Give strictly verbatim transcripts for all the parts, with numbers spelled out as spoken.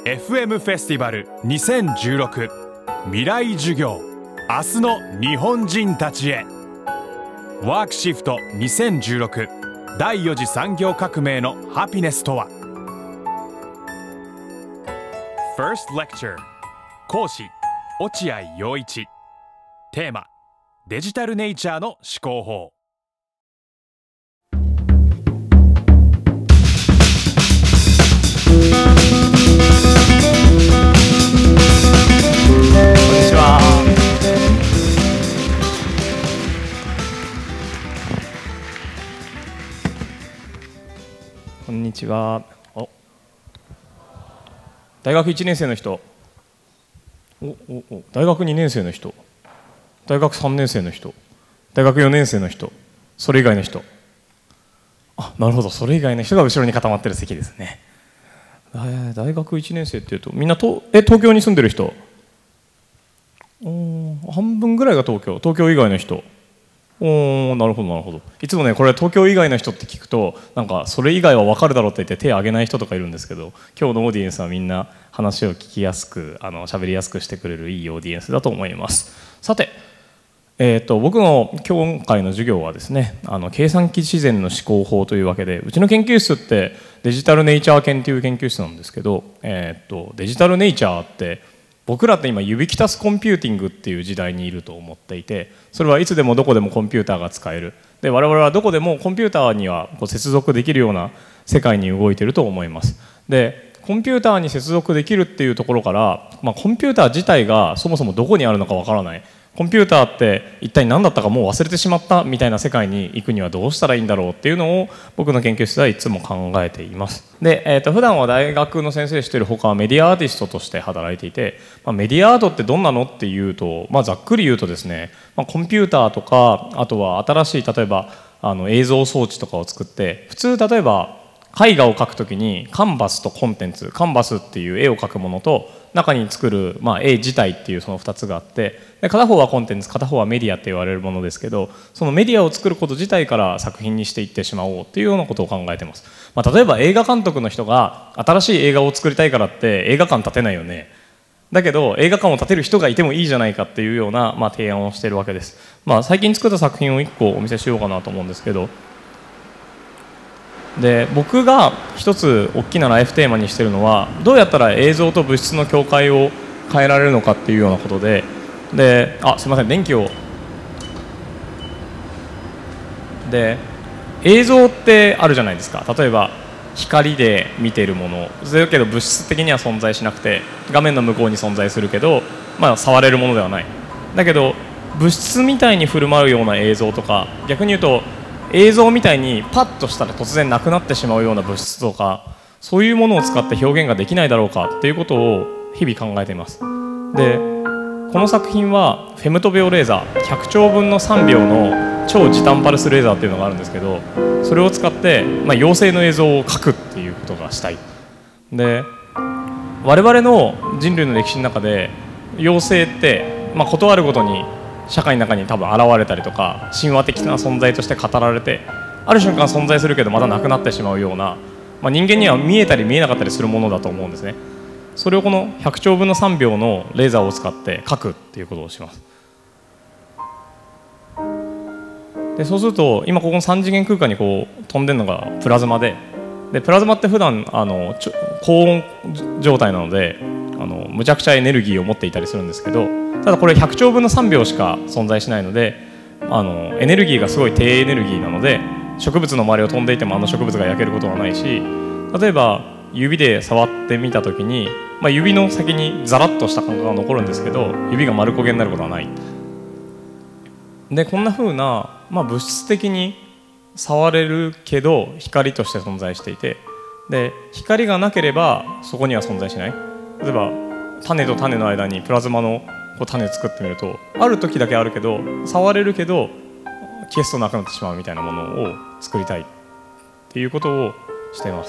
エフエム フェスティバルにせんじゅうろく未来授業、明日の日本人たちへ。ワークシフトにせんじゅうろくだいよ次産業革命のハピネスとは。 First Lecture 講師落合陽一。テーマ、デジタルネイチャーの思考法。 こんにちは。お、大学いちねん生の人、おおお大学にねん生の人、大学さんねん生の人、大学よねん生の人、それ以外の人。あ、なるほど、それ以外の人が後ろに固まってる席ですね。大学いちねん生っていうとみんなとえ東京に住んでる人、お半分ぐらいが東京、東京以外の人。おー、なるほどなるほど。いつもねこれ東京以外の人って聞くとなんかそれ以外は分かるだろうって言って手を挙げない人とかいるんですけど、今日のオーディエンスはみんな話を聞きやすく、あの喋りやすくしてくれるいいオーディエンスだと思います。さて、えー、と僕の今回の授業はですね、あの計算機自然の思考法というわけで、うちの研究室ってデジタルネイチャー研という研究室なんですけど、えー、とデジタルネイチャーって僕らって今ユビキタスコンピューティングっていう時代にいると思っていて、それはいつでもどこでもコンピューターが使える。で我々はどこでもコンピューターにはこう接続できるような世界に動いていると思います。でコンピューターに接続できるっていうところから、まあ、コンピューター自体がそもそもどこにあるのかわからない、コンピューターって一体何だったかもう忘れてしまったみたいな世界に行くにはどうしたらいいんだろうっていうのを僕の研究室ではいつも考えています。で、えー、と普段は大学の先生している他はメディアアーティストとして働いていて、まあ、メディアアートってどんなのっていうと、まあ、ざっくり言うとですね、まあ、コンピューターとかあとは新しい例えばあの映像装置とかを作って、普通例えば絵画を描くときにカンバスとコンテンツ、カンバスっていう絵を描くものと中に作る、まあ、絵自体っていうそのふたつがあって、で片方はコンテンツ、片方はメディアって言われるものですけど、そのメディアを作ること自体から作品にしていってしまおうっていうようなことを考えています。まあ、例えば映画監督の人が新しい映画を作りたいからって映画館建てないよね。だけど映画館を建てる人がいてもいいじゃないかっていうような、まあ、提案をしているわけです。まあ、最近作った作品をいっこお見せしようかなと思うんですけど、で僕が一つ大きなライフテーマにしているのは、どうやったら映像と物質の境界を変えられるのかっていうようなことで、であすいません電気をで映像ってあるじゃないですか。例えば光で見ているものだけど物質的には存在しなくて、画面の向こうに存在するけど、まあ、触れるものではない。だけど物質みたいに振る舞うような映像とか、逆に言うと映像みたいにパッとしたら突然なくなってしまうような物質とか、そういうものを使って表現ができないだろうかっていうことを日々考えています。でこの作品はフェムト秒レーザー、ひゃくちょうぶんのさんびょうの超時短パルスレーザーっていうのがあるんですけど、それを使って、まあ、妖精の映像を描くっていうことがしたい。で我々の人類の歴史の中で妖精って、まあ、ことあるごとに社会の中に多分現れたりとか、神話的な存在として語られて、ある瞬間存在するけどまたなくなってしまうような、まあ、人間には見えたり見えなかったりするものだと思うんですね。それをこのひゃくちょうぶんのさんびょうのレーザーを使って描くっていうことをします。でそうすると今ここのさん次元空間にこう飛んでるのがプラズマで、でプラズマって普段あの高温状態なのであのむちゃくちゃエネルギーを持っていたりするんですけど、ただこれひゃくちょうぶんのさんびょうしか存在しないので、あのエネルギーがすごい低エネルギーなので、植物の周りを飛んでいてもあの植物が焼けることはないし、例えば指で触ってみたときに、まあ、指の先にザラッとした感覚が残るんですけど、指が丸焦げになることはない。でこんな風な、まあ、物質的に触れるけど光として存在していて、で光がなければそこには存在しない。例えば種と種の間にプラズマのこう種を作ってみると、ある時だけあるけど触れるけど消すとなくなってしまうみたいなものを作りたいっていうことをしています。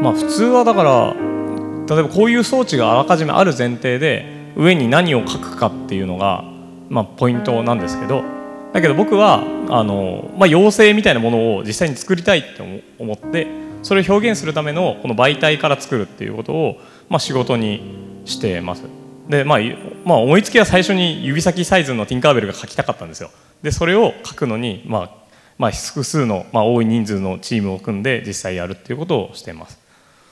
まあ普通はだから例えばこういう装置があらかじめある前提で上に何を書くかっていうのが、まあ、ポイントなんですけど、だけど僕はあの、まあ、妖精みたいなものを実際に作りたいって思って、それを表現するためのこの媒体から作るっていうことを、まあ、仕事にしてます。で、まあまあ、思いつきは最初に指先サイズのティンカーベルが書きたかったんですよ。でそれを書くのに、まあまあ、複数の、まあ、多い人数のチームを組んで実際やるっていうことをしています。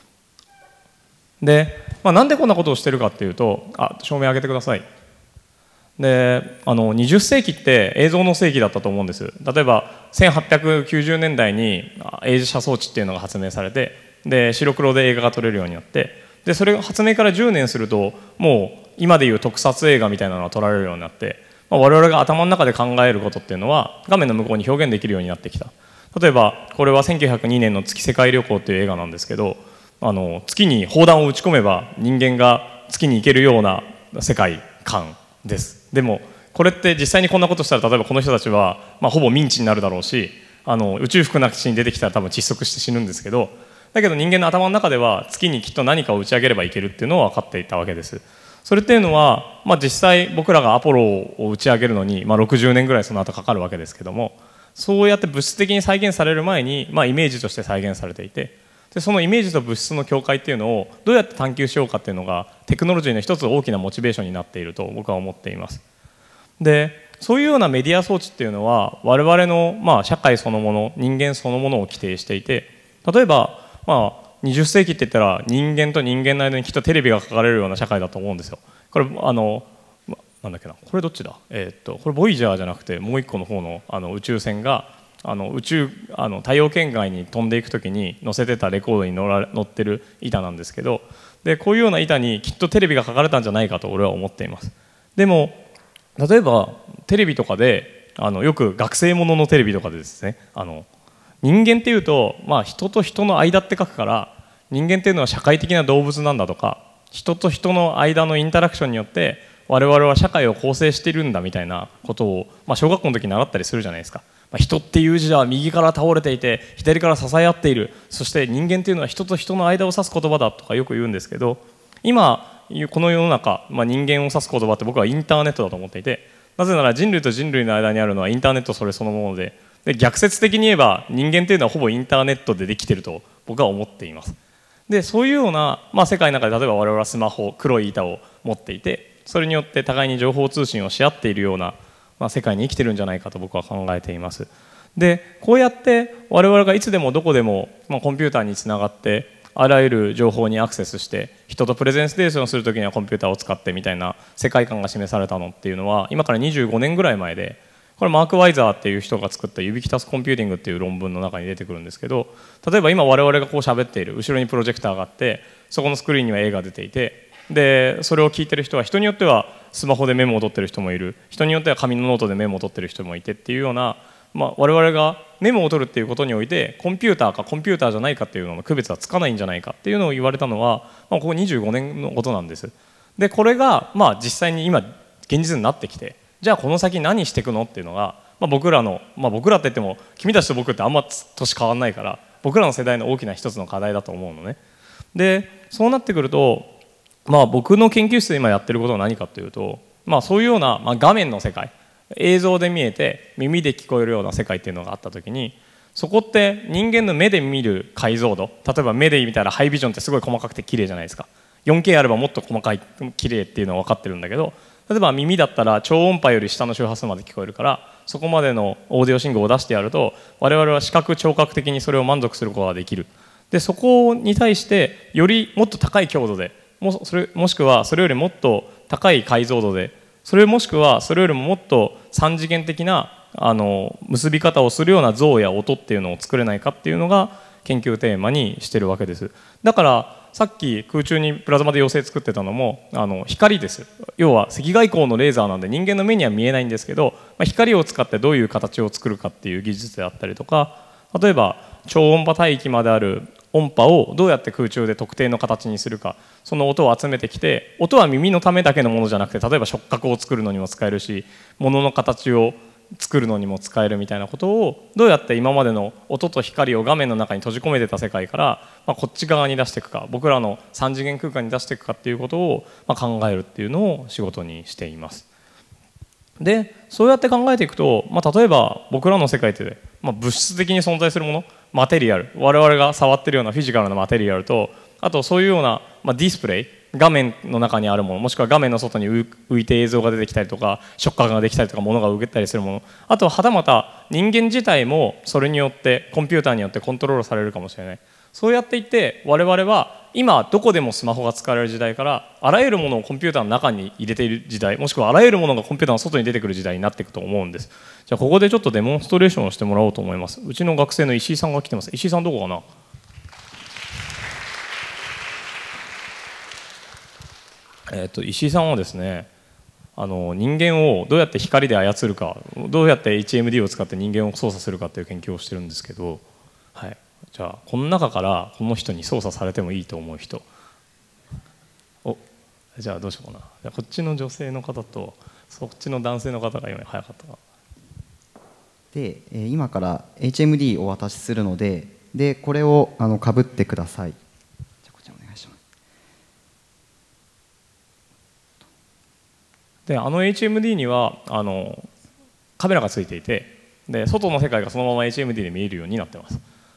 で、まあ、なんでこんなことをしてるかっていうと、あ、照明上げてください。で、あのにじゅっせいきって映像の世紀だったと思うんです。例えばせんはっぴゃくきゅうじゅうねんだいに映写装置っていうのが発明されて、で白黒で映画が撮れるようになって、でそれが発明からじゅうねんするともう今でいう特撮映画みたいなのが撮られるようになって、まあ、我々が頭の中で考えることっていうのは画面の向こうに表現できるようになってきた。例えばこれはせんきゅうひゃくにねんの月世界旅行っていう映画なんですけど、あの月に砲弾を撃ち込めば人間が月に行けるような世界観です。でもこれって実際にこんなことしたら、例えばこの人たちは、まあ、ほぼミンチになるだろうし、あの宇宙服なしに出てきたら多分窒息して死ぬんですけど、だけど人間の頭の中では月にきっと何かを打ち上げればいけるっていうのは分かっていたわけです。それっていうのは、まあ、実際僕らがアポロを打ち上げるのに、まあ、ろくじゅうねんぐらいその後かかるわけですけども、そうやって物質的に再現される前に、まあ、イメージとして再現されていて、でそのイメージと物質の境界っていうのをどうやって探求しようかっていうのがテクノロジーの一つ大きなモチベーションになっていると僕は思っています。でそういうようなメディア装置っていうのは我々の、まあ、社会そのもの、人間そのものを規定していて、例えば、まあ、にじゅっせいきって言ったら人間と人間の間にきっとテレビが書かれるような社会だと思うんですよ。これあのなんだっけな、これどっちだ、えー、っとこれボイジャーじゃなくてもう一個の方の、あの宇宙船があの宇宙あの太陽圏外に飛んでいくときに載せてたレコードに乗ら乗ってる板なんですけど、でこういうような板にきっとテレビが書かれたんじゃないかと俺は思っています。でも例えばテレビとかであのよく学生もののテレビとかでですね、あの人間っていうと、まあ、人と人の間って書くから人間っていうのは社会的な動物なんだとか、人と人の間のインタラクションによって我々は社会を構成しているんだみたいなことを、まあ、小学校の時に習ったりするじゃないですか。まあ、人っていう字は右から倒れていて左から支え合っている、そして人間っていうのは人と人の間を指す言葉だとかよく言うんですけど、今この世の中、まあ、人間を指す言葉って僕はインターネットだと思っていて、なぜなら人類と人類の間にあるのはインターネットそれそのもので、で逆説的に言えば人間っていうのはほぼインターネットでできていると僕は思っています。でそういうような、まあ、世界の中で例えば我々はスマホ、黒い板を持っていて、それによって互いに情報通信をし合っているような、まあ、世界に生きてるんじゃないかと僕は考えています。でこうやって我々がいつでもどこでも、まあ、コンピューターにつながってあらゆる情報にアクセスして人とプレゼンステーションをするときにはコンピューターを使ってみたいな世界観が示されたのっていうのは今からにじゅうごねんぐらい前で、これマーク・ワイザーっていう人が作ったユビキタスコンピューティングっていう論文の中に出てくるんですけど、例えば今我々がこう喋っている後ろにプロジェクターがあって、そこのスクリーンには絵が出ていて、でそれを聞いてる人は人によってはスマホでメモを取ってる人もいる、人によっては紙のノートでメモを取ってる人もいてっていうような、まあ、我々がメモを取るっていうことにおいてコンピューターかコンピューターじゃないかっていうのの区別はつかないんじゃないかっていうのを言われたのは、まあ、ここにじゅうごねんのことなんです。でこれがまあ実際に今現実になってきて、じゃあこの先何していくのっていうのが、まあ、僕らの、まあ、僕らって言っても君たちと僕ってあんま年変わんないから僕らの世代の大きな一つの課題だと思うのね。でそうなってくると、まあ、僕の研究室で今やってることは何かというと、まあ、そういうような、まあ、画面の世界、映像で見えて耳で聞こえるような世界っていうのがあった時に、そこって人間の目で見る解像度、例えば目で見たらハイビジョンってすごい細かくて綺麗じゃないですか。 よんケー あればもっと細かい綺麗っていうのは分かってるんだけど、例えば耳だったら超音波より下の周波数まで聞こえるから、そこまでのオーディオ信号を出してやると我々は視覚聴覚的にそれを満足することができる。でそこに対してよりもっと高い強度で も, それもしくはそれよりもっと高い解像度で、それもしくはそれよりももっと三次元的なあの結び方をするような像や音っていうのを作れないかっていうのが研究テーマにしてるわけです。だからさっき空中にプラズマで妖精作ってたのもあの光です。要は赤外光のレーザーなんで人間の目には見えないんですけど、まあ、光を使ってどういう形を作るかっていう技術であったりとか、例えば超音波帯域まである音波をどうやって空中で特定の形にするか、その音を集めてきて、音は耳のためだけのものじゃなくて例えば触覚を作るのにも使えるし、物の形を作るのにも使えるみたいなことをどうやって今までの音と光を画面の中に閉じ込めてた世界から、まあ、こっち側に出していくか、僕らのさん次元空間に出していくかっていうことを、まあ、考えるっていうのを仕事にしています。でそうやって考えていくと、まあ、例えば僕らの世界って、まあ、物質的に存在するもの、マテリアル、我々が触ってるようなフィジカルなマテリアルと、あとそういうような、まあ、ディスプレイ、画面の中にあるもの、もしくは画面の外に浮いて映像が出てきたりとか触覚ができたりとか物が動けたりするもの、あとはたまた人間自体もそれによってコンピューターによってコントロールされるかもしれない。そうやっていって我々は今どこでもスマホが使われる時代からあらゆるものをコンピューターの中に入れている時代、もしくはあらゆるものがコンピューターの外に出てくる時代になっていくと思うんです。じゃあここでちょっとデモンストレーションをしてもらおうと思います。うちの学生の石井さんが来てます。石井さんどこかな。えー、と石井さんはですね、あの人間をどうやって光で操るか、どうやって エイチエムディー を使って人間を操作するかっていう研究をしてるんですけど、はい、じゃあこの中からこの人に操作されてもいいと思う人、おじゃあどうしようかな。じゃあこっちの女性の方とそっちの男性の方が今早かったかな。 で今から エイチエムディー をお渡しするので、でこれをあのかぶってください。 であの エイチエムディー にはあのカメラがついていて、で外の世界がそのまま エイチエムディー で見えるようになってます。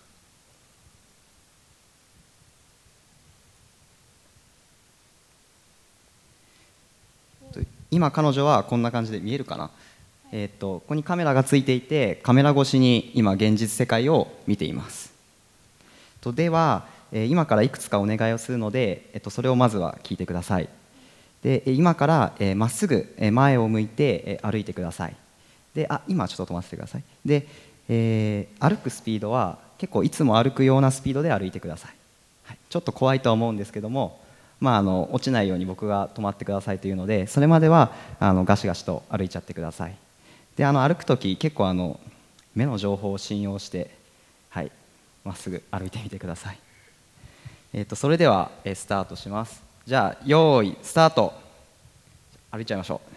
今彼女はこんな感じで見えるかな、えー、っとここにカメラがついていて、カメラ越しに今現実世界を見ています。とでは今からいくつかお願いをするので、えっと、それをまずは聞いてください。で今からまっすぐ前を向いて歩いてください。であ今ちょっと止まってください。で、えー、歩くスピードは結構いつも歩くようなスピードで歩いてください。はい、ちょっと怖いとは思うんですけども、まあ、あの落ちないように僕が止まってくださいというので、それまではあのガシガシと歩いちゃってください。であの歩く時結構あの目の情報を信用して、はい、まっすぐ歩いてみてください。えー、とそれではスタートします。じゃあ用意スタート。歩いちゃいましょう。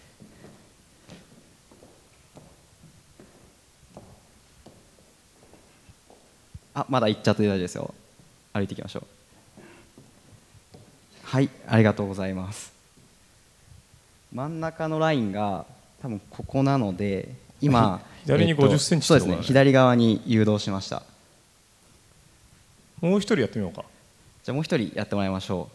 あまだ行っちゃって大丈夫ですよ。歩いていきましょう。はい、ありがとうございます。真ん中のラインが多分ここなので、今左にごじゅっセンチ、 そうですね、左側に誘導しました。 もう一人やってみようか。 じゃあもう一人やってもらいましょう。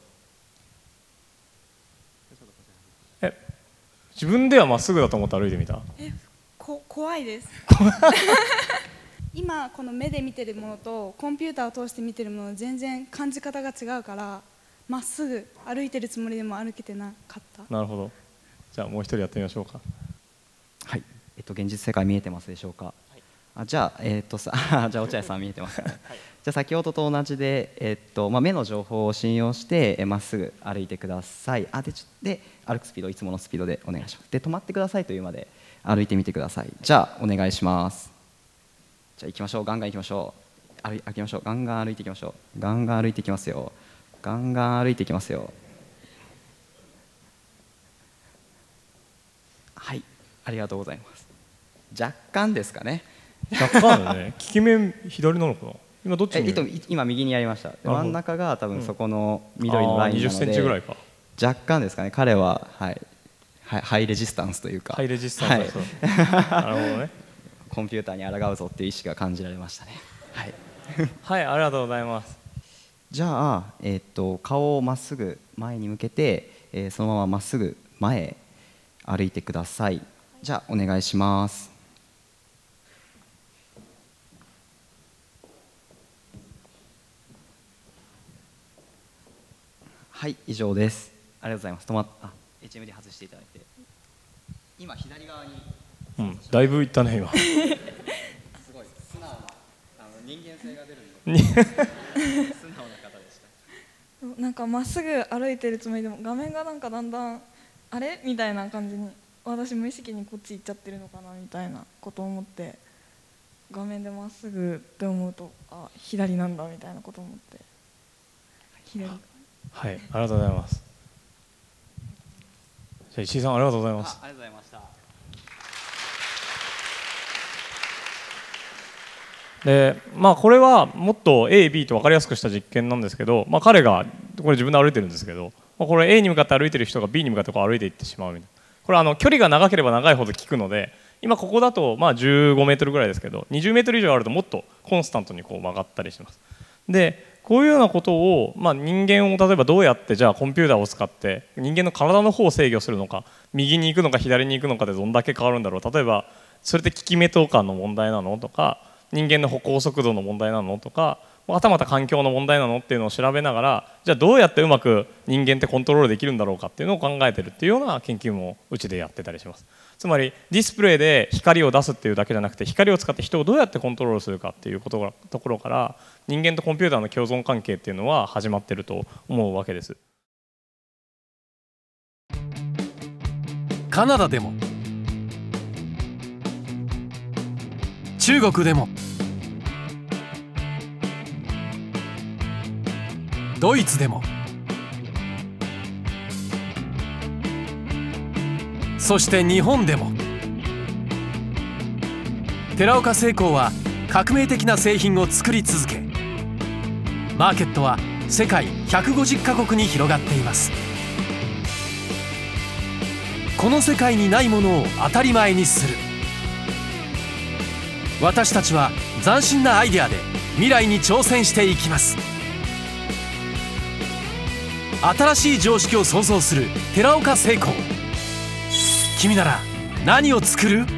え自分ではまっすぐだと思って歩いてみた。 えこ怖いです今この目で見てるものとコンピューターを通して見てるもの全然感じ方が違うから、まっすぐ歩いてるつもりでも歩けてなかった。 なるほど。じゃあもう一人やってみましょうか。 はい、えっと、現実世界見えてますでしょうか。はい、あじゃあ、えー、っとさじゃあ落合さん見えてますね、はい、じゃあ先ほどと同じで、えーっとまあ、目の情報を信用してま、えー、っすぐ歩いてください。あでちで歩くスピードいつものスピードでお願いします。で止まってくださいというまで歩いてみてください。じゃあお願いします。じゃあ行きましょう。ガンガン行きましょう。歩歩きましょう。ガンガン歩いていきましょう。ガンガン歩いていきますよ。ガンガン歩いていきますよ。はい、ありがとうございます。若干ですかね。 若干だね。利き目左なのかな。今どっちに？ え今右にやりました。真ん中が多分そこの緑のラインなので、 にじゅっセンチぐらいか。 若干ですかね。彼は、はい、ハイレジスタンスというか。 ハイレジスタンス。はい、なるほどね。 コンピューターに抗うぞっていう意識が感じられましたね。はい。 はい、ありがとうございます。 じゃあ、えー、っと顔をまっすぐ前に向けて、えー、そのまままっすぐ前へ歩いてください。じゃあお願いします。はい、以上です。ありがとうございます。止まっあ エイチエムディー 外していただいて、今左側に、 うん、だいぶいったね今。すごい素直なあの人間性が出るんで素直な方でした。 なんかまっすぐ歩いてるつもりでも画面がなんかだんだんあれみたいな感じに、私無意識にこっち行っちゃってるのかなみたいなことを思って、画面でまっすぐって思うとあ左なんだみたいなことを思って左。 はい、ありがとうございます。じゃあ石井さんありがとうございます。 ありがとうございました。 でまあ、これはもっと エービー と分かりやすくした実験なんですけど、まあ、彼がこれ自分で歩いてるんですけど、まあ、これ エー に向かって歩いてる人が ビー に向かってこう歩いていってしまうみたいな。これはあの距離が長ければ長いほど効くので、今ここだとまあじゅうごメートルぐらいですけど、にじゅうメートル以上あるともっとコンスタントにこう曲がったりします。でこういうようなことを、まあ、人間を例えばどうやってじゃあコンピューターを使って人間の体の方を制御するのか、右に行くのか左に行くのかでどんだけ変わるんだろう、例えばそれって効き目とかの問題なのとか、人間の歩行速度の問題なのとか、はたまた環境の問題なのっていうのを調べながら、じゃあどうやってうまく人間ってコントロールできるんだろうかっていうのを考えてるっていうような研究もうちでやってたりします。つまりディスプレイで光を出すっていうだけじゃなくて、光を使って人をどうやってコントロールするかっていうことがところから人間とコンピューターの共存関係っていうのは始まってると思うわけです。 カナダでも中国でもドイツでも、そして日本でも、寺岡製鋼は革命的な製品を作り続け、マーケットは世界ひゃくごじゅっカ国に広がっています。この世界にないものを当たり前にする。私たちは斬新なアイデアで未来に挑戦していきます。新しい常識を創造する寺岡製鋼。君なら何を作る？